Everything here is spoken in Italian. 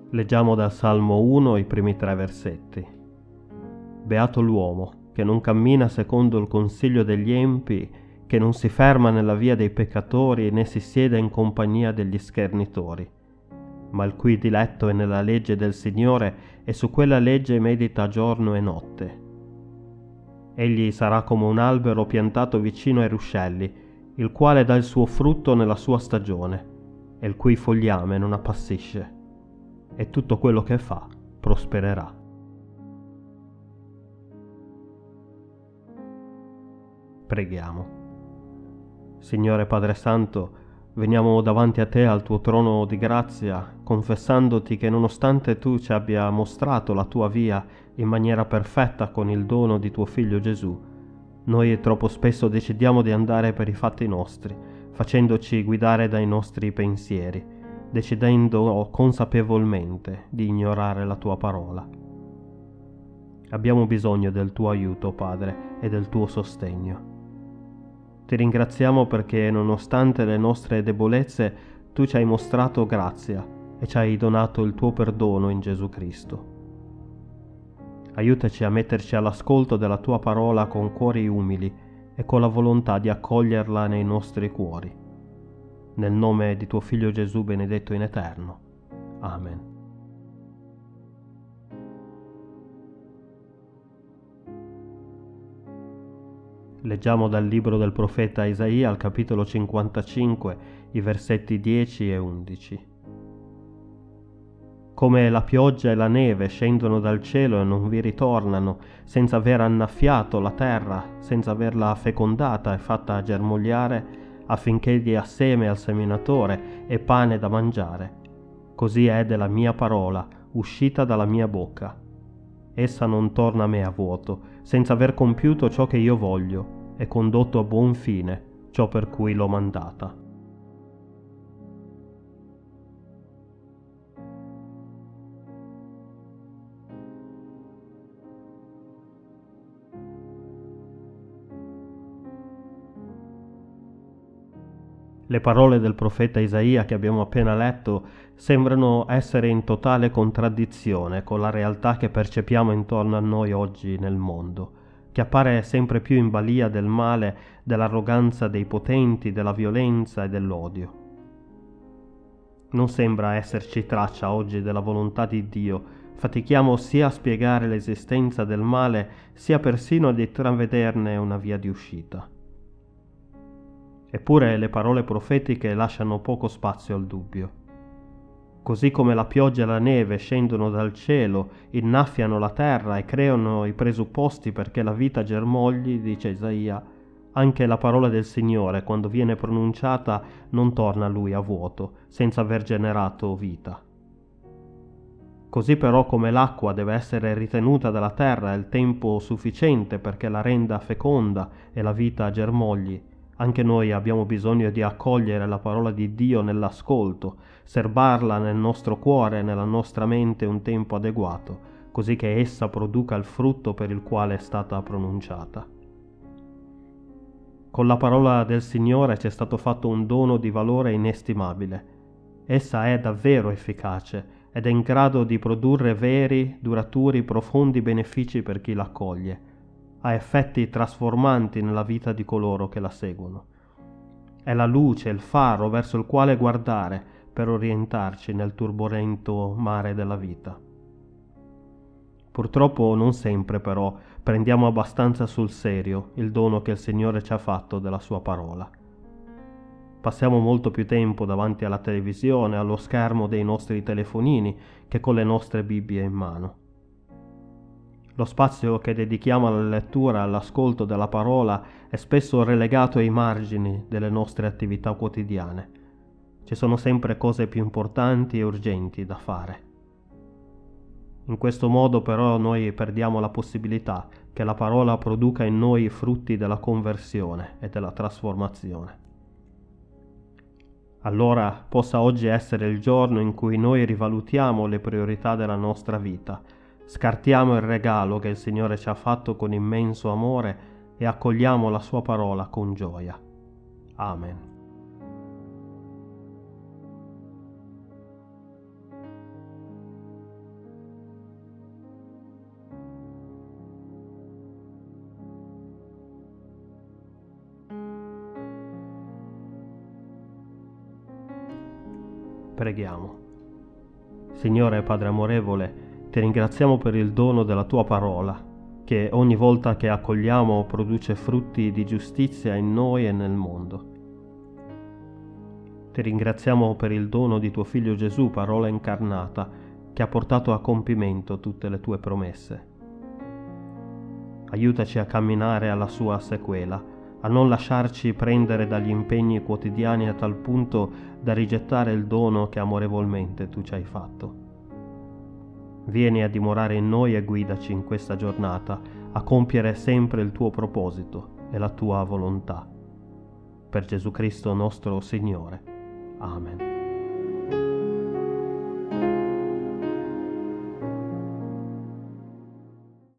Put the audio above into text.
Leggiamo dal Salmo 1 i primi 3 versetti. Beato l'uomo che non cammina secondo il consiglio degli empi, che non si ferma nella via dei peccatori né si siede in compagnia degli schernitori, ma il cui diletto è nella legge del Signore e su quella legge medita giorno e notte. Egli sarà come un albero piantato vicino ai ruscelli, il quale dà il suo frutto nella sua stagione, e il cui fogliame non appassisce, e tutto quello che fa prospererà. Preghiamo. Signore Padre Santo, veniamo davanti a Te al Tuo trono di grazia, confessandoti che nonostante Tu ci abbia mostrato la Tua via in maniera perfetta con il dono di Tuo Figlio Gesù, noi troppo spesso decidiamo di andare per i fatti nostri, facendoci guidare dai nostri pensieri, decidendo consapevolmente di ignorare la Tua parola. Abbiamo bisogno del Tuo aiuto, Padre, e del Tuo sostegno. Ti ringraziamo perché, nonostante le nostre debolezze, Tu ci hai mostrato grazia e ci hai donato il Tuo perdono in Gesù Cristo. Aiutaci a metterci all'ascolto della Tua parola con cuori umili e con la volontà di accoglierla nei nostri cuori. Nel nome di Tuo Figlio Gesù benedetto in eterno. Amen. Leggiamo dal libro del profeta Isaia al capitolo 55, i versetti 10 e 11. Come la pioggia e la neve scendono dal cielo e non vi ritornano, senza aver annaffiato la terra, senza averla fecondata e fatta germogliare, affinché dia seme al seminatore e pane da mangiare. Così è della mia parola, uscita dalla mia bocca. Essa non torna a me a vuoto, senza aver compiuto ciò che io voglio e condotto a buon fine ciò per cui l'ho mandata. Le parole del profeta Isaia che abbiamo appena letto sembrano essere in totale contraddizione con la realtà che percepiamo intorno a noi oggi nel mondo, che appare sempre più in balia del male, dell'arroganza dei potenti, della violenza e dell'odio. Non sembra esserci traccia oggi della volontà di Dio. Fatichiamo sia a spiegare l'esistenza del male, sia persino ad intravederne una via di uscita. Eppure le parole profetiche lasciano poco spazio al dubbio. Così come la pioggia e la neve scendono dal cielo, innaffiano la terra e creano i presupposti perché la vita germogli, dice Isaia, anche la parola del Signore, quando viene pronunciata, non torna a Lui a vuoto, senza aver generato vita. Così però come l'acqua deve essere ritenuta dalla terra il tempo sufficiente perché la renda feconda e la vita germogli, anche noi abbiamo bisogno di accogliere la parola di Dio nell'ascolto, serbarla nel nostro cuore e nella nostra mente un tempo adeguato, così che essa produca il frutto per il quale è stata pronunciata. Con la parola del Signore ci è stato fatto un dono di valore inestimabile. Essa è davvero efficace ed è in grado di produrre veri, duraturi, profondi benefici per chi l'accoglie. Ha effetti trasformanti nella vita di coloro che la seguono. È la luce, il faro verso il quale guardare per orientarci nel turbolento mare della vita. Purtroppo non sempre però prendiamo abbastanza sul serio il dono che il Signore ci ha fatto della sua parola. Passiamo molto più tempo davanti alla televisione, allo schermo dei nostri telefonini, che con le nostre Bibbie in mano. Lo spazio che dedichiamo alla lettura e all'ascolto della parola è spesso relegato ai margini delle nostre attività quotidiane. Ci sono sempre cose più importanti e urgenti da fare. In questo modo però noi perdiamo la possibilità che la parola produca in noi i frutti della conversione e della trasformazione. Allora possa oggi essere il giorno in cui noi rivalutiamo le priorità della nostra vita, scartiamo il regalo che il Signore ci ha fatto con immenso amore e accogliamo la sua parola con gioia. Amen. Preghiamo. Signore Padre amorevole, ti ringraziamo per il dono della tua parola, che ogni volta che accogliamo produce frutti di giustizia in noi e nel mondo. Ti ringraziamo per il dono di tuo Figlio Gesù, parola incarnata, che ha portato a compimento tutte le tue promesse. Aiutaci a camminare alla sua sequela, a non lasciarci prendere dagli impegni quotidiani a tal punto da rigettare il dono che amorevolmente tu ci hai fatto. Vieni a dimorare in noi e guidaci in questa giornata a compiere sempre il tuo proposito e la tua volontà. Per Gesù Cristo nostro Signore. Amen.